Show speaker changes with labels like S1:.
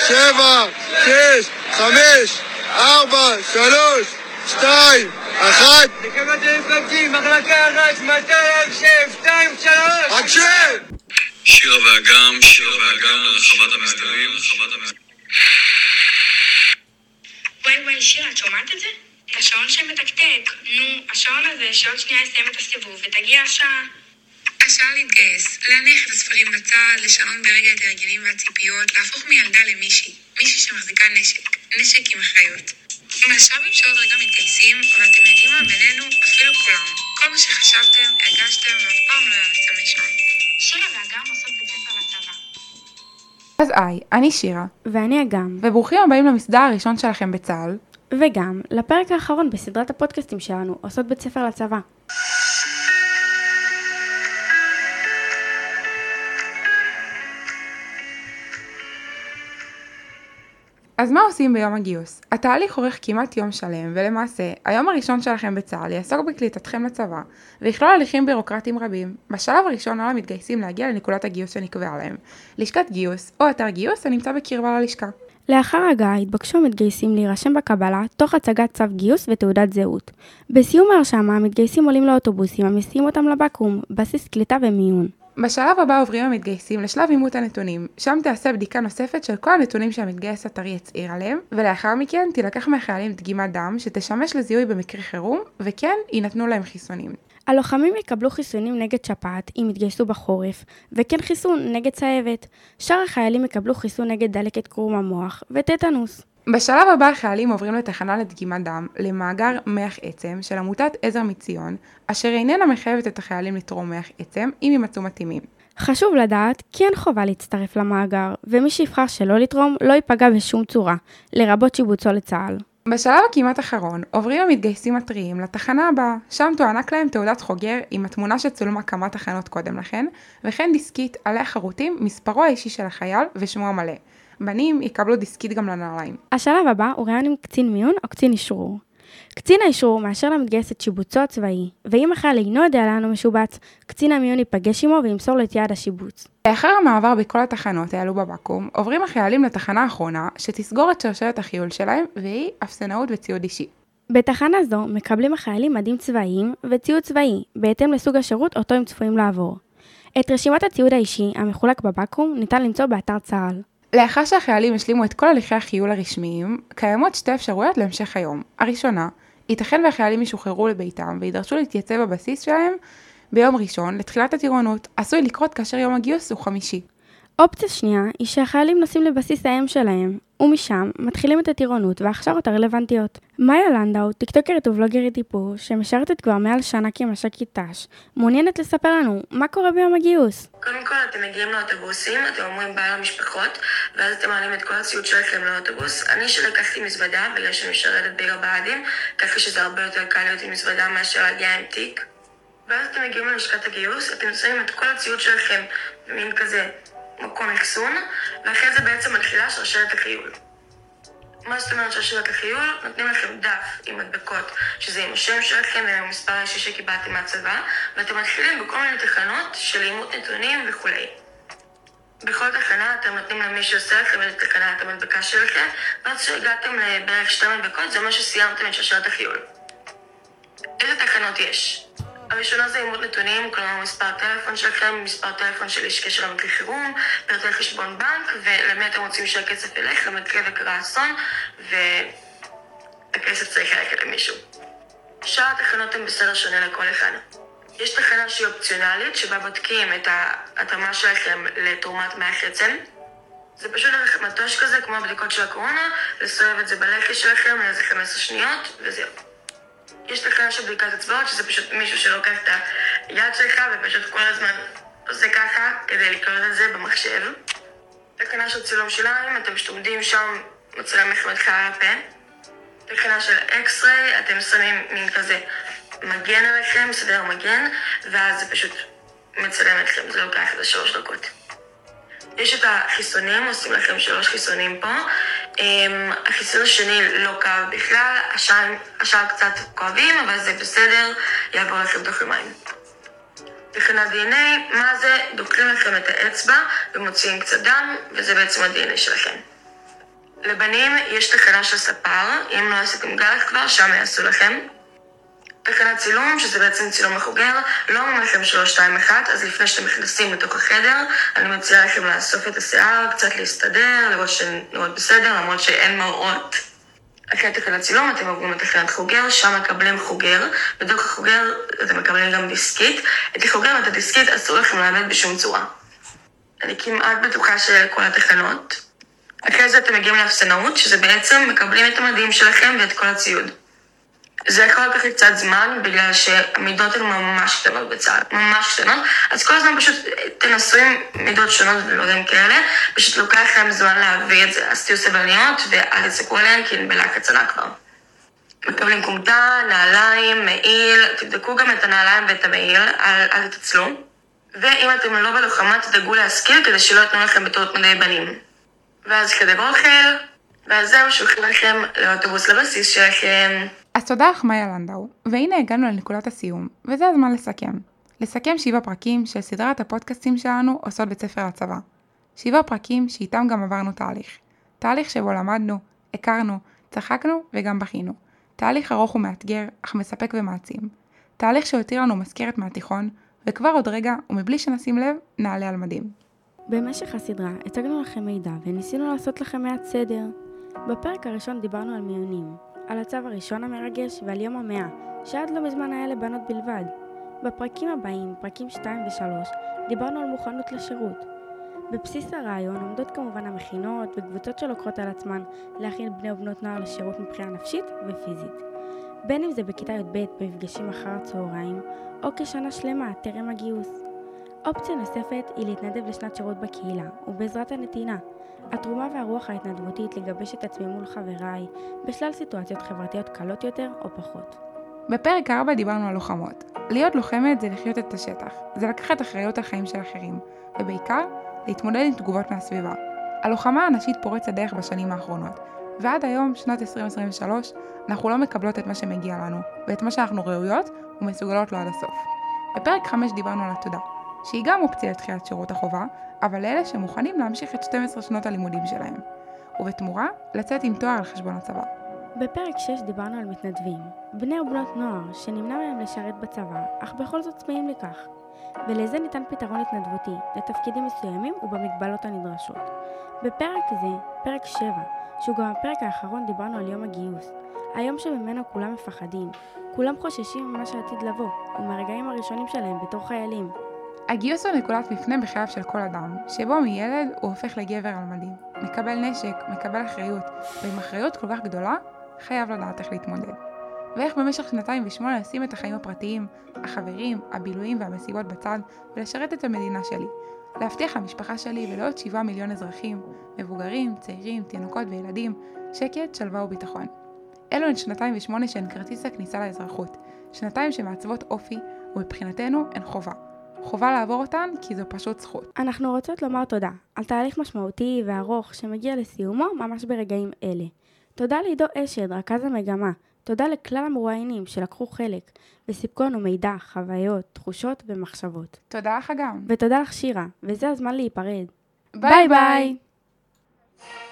S1: 7, 6, 5, 4, 3, 2, 1.
S2: לכמה אתם מפקדים, מחלקה אחת, 202, 3.
S1: אקשן!
S3: שירה ואגם לרחבת המסדרים.
S4: וואי, שירה, את שומעת את זה? את השעון שמתקתק. נו, השעון הזה שעוד שנייה יסיים את הסיבוב ותגיע השעה. השעה להתגייס, להניח את הספרים בצד, לשנות ברגע את הרגלים והציפיות, להפוך מילדה למישהי שמחזיקה נשק עם אחריות. בשלבים שעוד רגע מתגייסים, ואתם יודעים מה, בינינו, אפילו כולם. כל מה שחשבתם, הרגשתם, ואף פעם לא ירצתם לשאול. שירה ואגם עושות בית ספר לצבא.
S5: אז אני שירה.
S6: ואני אגם.
S5: וברוכים הבאים למסדר הראשון שלכם בצה"ל.
S6: וגם לפרק האחרון בסדרת הפודקאסטים שלנו, עושות בית ספר לצבא.
S5: אז מה עושים ביום הגיוס? התהליך אורך כמעט יום שלם, ולמעשה, היום הראשון שלכם בצה"ל יעסוק בקליטתכם לצבא, ויכלול הליכים בירוקרטיים רבים. בשלב הראשון על המתגייסים להגיע לנקודת הגיוס שנקבעה להם, לשכת גיוס או אתר גיוס הנמצא בקרבה ללשכה.
S6: לאחר הגעה התבקשו המתגייסים להירשם בקבלה תוך הצגת צו גיוס ותעודת זהות. בסיום ההרשמה המתגייסים עולים לאוטובוסים המסיעים אותם לבקו"ם, בסיס קליטה ומיון.
S5: בשלב הבא עוברים המתגייסים לשלב אימות הנתונים, שם תעשה בדיקה נוספת של כל הנתונים שהמתגייס הטרי יצהיר עליהם, ולאחר מכן תילקח מהחיילים דגימת דם שתשמש לזיהוי במקרה חירום, וכן יינתנו להם חיסונים.
S6: הלוחמים יקבלו חיסונים נגד שפעת אם יתגייסו בחורף, וכן חיסון נגד צהבת. שאר החיילים יקבלו חיסון נגד דלקת קרום המוח וטטנוס.
S5: בשלב הבא החיילים עוברים לתחנה לדגימת דם, למאגר מח עצם של עמותת עזר מציון, אשר איננה מחייבת את החיילים לתרום מח עצם אם יימצאו מתאימים.
S6: חשוב לדעת כי אין חובה להצטרף למאגר, ומי שיבחר שלא לתרום לא ייפגע בשום צורה, לרבות שיבוצו לצה"ל.
S5: בשלב הכמעט אחרון עוברים המתגייסים הטריים לתחנה הבאה, שם תוענק להם תעודת חוגר עם התמונה שצולמה כמה תחנות קודם לכן, וכן דיסקית עליה חרוטים מספרו האישי של החייל ושמו המלא. בנים יקבלו דיסקית גם לנעליים.
S6: השלב הבא הוא ראיון עם קצין מיון או קצין אישרור. קצין האישרור מאשר למתגייס את שיבוצו הצבאי, ואם החייל אינו יודע לאן הוא משובץ, קצין המיון ייפגש עמו וימסור לו את יעד השיבוץ.
S5: לאחר המעבר בכל התחנות האלו בבקו"ם, עוברים החיילים לתחנה האחרונה שתסגור את שרשרת החיול שלהם, והיא אפסנאות וציוד אישי.
S6: בתחנה זו מקבלים החיילים מדים צבאיים וציוד צבאי, בהתאם לסוג השירות אותו הם צפויים לעבור. את רשימת הציוד האישי המחולק בבקו"ם ניתן למצוא באתר צה"ל.
S5: לאחר שהחיילים השלימו את כל הליכי החיול הרשמיים, קיימות שתי אפשרויות להמשך היום. הראשונה, ייתכן והחיילים ישוחררו לביתם וידרשו להתייצב בבסיס שלהם ביום ראשון לתחילת הטירונות, עשוי לקרות כאשר יום הגיוס הוא חמישי.
S6: אופציה שנייה היא שהחיילים נוסעים לבסיס האם שלהם, ומשם מתחילים את הטירונות וההכשרות הרלוונטיות. מאיה לנדאו, טיקטוקרית ובלוגרית איפור, שמשרתת כבר מעל שנה כמש"קית ת"ש, מעוניינת לספר לנו מה קורה ביום הגיוס.
S4: קודם כל אתם מגיעים לאוטובוסים, אתם אומרים בעל המשפחות, ואז אתם מעלים את כל הציוד שלכם לאוטובוס. אני שלקחתי מזוודה בגלל שאני משרתת בעיר הבה"דים, ככה שזה הרבה יותר קל להיות עם מזוודה מאשר להגיע עם תיק. ואז אתם מגיעים ללשכת הגיוס, אתם שמים את כל הציוד שלכם במין כזה מקום אחסון, ואחרי זה בעצם מתחילה שרשרת החיול. מה זאת אומרת שרשרת החיול? נותנים לכם דף עם מדבקות, שזה עם השם שלכם ועם המספר האישי שקיבלתם מהצבא, ואתם מתחילים בכל מיני תחנות של אימות נתונים וכו'. בכל תחנה אתם נותנים למי שעושה לכם את תחנת המדבקה שלכם, ואז שהגעתם לבערך 2 מדבקות, זה אומר שסיימתם את שרשרת החיול. איזה תחנות יש? הראשונה זה אימות נתונים, כלומר מספר טלפון שלכם, מספר טלפון של איש קשר למקרה חירום, פרטי חשבון בנק, ולמי אתם רוצים שהכסף ילך, למקרה וקרה אסון, והכסף צריך ללכת למישהו. שאר התחנות הן בסדר שונה לכל אחד. יש תחנה שהיא אופציונלית, שבה בודקים את ההתאמה שלכם לתרומת מח עצם. זה פשוט מטוש כזה, כמו הבדיקות של הקורונה, לסובב את זה בלחי שלכם לאיזה 15 שניות, וזהו. יש תחנה של בדיקת אצבעות, שזה פשוט מישהו שלוקח את היד שלך ופשוט כל הזמן עושה ככה כדי לקלוט את זה במחשב. תחנה של צילום שיניים, אתם פשוט עומדים שם, מצלם מחמדך על הפה. תחנה של אקס-ריי, אתם שמים מין כזה מגן עליכם, מסדר מגן, ואז זה פשוט מצלם אתכם, זה לוקח איזה 3 דקות. יש את החיסונים, עושים לכם 3 חיסונים פה. החיסון השני לא כאב בכלל, השאר קצת כואבים, אבל זה בסדר, יעבור לכם תוך יומיים. תחנת DNA, מה זה? דוקרים לכם את האצבע ומוציאים קצת דם, וזה בעצם ה-DNA שלכם. לבנים יש תחנה של ספר, אם לא עשיתם גלח כבר, שם יעשו לכם. תחנת צילום, שזה בעצם צילום לחוגר, לא אומרים לכם 3, 2, 1, אז לפני שאתם נכנסים לתוך החדר, אני מציעה לכם לאסוף את השיער, קצת להסתדר, לראות שנראות בסדר, למרות שאין מראות. אחרי תחנת צילום אתם עוברים לתחנת חוגר, שם מקבלים חוגר, בתוך החוגר אתם מקבלים גם דיסקית. את החוגר ואת הדיסקית אסור לכם לאבד בשום צורה. אני כמעט בטוחה של כל התחנות. אחרי זה אתם מגיעים לאפסנאות, שזה בעצם מקבלים את המדים שלכם ואת כל הציוד. זה יכול לקחת קצת זמן, בגלל שהמידות הן ממש קטנות בצה"ל, ממש קטנות, אז כל הזמן פשוט תנסו עם מידות שונות ודברים כאלה, פשוט לוקח לכם זמן להביא את זה, אז תהיו סבלניות ואל תצעקו עליהן, כי הן בלחץ ענק כבר. מקבלים קומטה, נעליים, מעיל, תבדקו גם את הנעליים ואת המעיל, אל תצלו. ואם אתם לא בלוחמה, תדאגו להשכיל כדי שלא יתנו לכם בתור מדי בנים. ואז חדר אוכל, ואז זהו, שולחים לכם לאוטובוס לבסיס שלכם.
S5: אז תודה לך מאיה לנדאו, והנה הגענו לנקודת הסיום, וזה הזמן לסכם. לסכם 7 פרקים של סדרת הפודקאסטים שלנו עושות בית ספר לצבא. 7 פרקים שאיתם גם עברנו תהליך. תהליך שבו למדנו, הכרנו, צחקנו וגם בכינו. תהליך ארוך ומאתגר, אך מספק ומעצים. תהליך שהותיר לנו מזכרת מהתיכון, וכבר עוד רגע, ומבלי שנשים לב, נעלה על מדים.
S6: במשך הסדרה הצגנו לכם מידע וניסינו לעשות לכם מעט סדר. בפרק הראשון דיברנו על מיונים, על הצו הראשון המרגש ועל יום 100, שעד לא מזמן היה לבנות בלבד. בפרקים הבאים, פרקים 2 ו-3, דיברנו על מוכנות לשירות. בבסיס הרעיון עומדות כמובן המכינות וקבוצות שלוקחות על עצמן להכין בני ובנות נוער לשירות מבחינה נפשית ופיזית. בין אם זה בכיתה י"ב במפגשים אחר הצהריים, או כשנה שלמה טרם הגיוס. אופציה נוספת היא להתנדב לשנת שירות בקהילה, ובעזרת הנתינה. התרומה והרוח ההתנדבותית לגבש את עצמי מול חבריי, בשלל סיטואציות חברתיות קלות יותר או פחות.
S5: בפרק 4 דיברנו על לוחמות. להיות לוחמת זה לחיות את השטח, זה לקחת אחריות על חיים של אחרים, ובעיקר, להתמודד עם תגובות מהסביבה. הלוחמה הנשית פורצת דרך בשנים האחרונות, ועד היום, שנת 2023, אנחנו לא מקבלות את מה שמגיע לנו, ואת מה שאנחנו ראויות ומסוגלות לו עד הסוף. בפרק 5 דיברנו על התודה, שהיא גם אופציה לתחילת שירות החובה, אבל לאלה שמוכנים להמשיך את 12 שנות הלימודים שלהם, ובתמורה, לצאת עם תואר על חשבון הצבא.
S6: בפרק 6 דיברנו על מתנדבים, בני ובנות נוער שנמנע מהם לשרת בצבא, אך בכל זאת צמאים לכך. ולזה ניתן פתרון התנדבותי לתפקידים מסוימים ובמגבלות הנדרשות. בפרק זה, פרק 7, שהוא גם הפרק האחרון, דיברנו על יום הגיוס. היום שממנו כולם מפחדים, כולם חוששים ממה שעתיד לבוא, ומהרגעים הראשונים שלהם בתור חיילים.
S5: הגיוס הוא נקודת מפנה בחייו של כל אדם, שבו מילד הוא הופך לגבר על מדים, מקבל נשק, מקבל אחריות, ועם אחריות כל כך גדולה, חייב לדעת איך להתמודד. ואיך במשך 2.8 לשים את החיים הפרטיים, החברים, הבילויים והמסיבות בצד, ולשרת את המדינה שלי. להבטיח למשפחה שלי ולעוד 7 מיליון אזרחים, מבוגרים, צעירים, תינוקות וילדים, שקט, שלווה וביטחון. אלו הן 2.8 שהן כרטיס הכניסה לאזרחות, 2 שמעצבות אופי, ומבחינתנו הן חובה. חובה לעבור אותן כי זו פשוט זכות.
S6: אנחנו רוצות לומר תודה על תהליך משמעותי וארוך שמגיע לסיומו ממש ברגעים אלה. תודה לעידו אשד, רכז המגמה. תודה לכלל המרואיינים שלקחו חלק וסיפקו לנו מידע, חוויות, תחושות ומחשבות.
S5: תודה לך גם.
S6: ותודה לך שירה, וזה הזמן להיפרד.
S5: ביי ביי.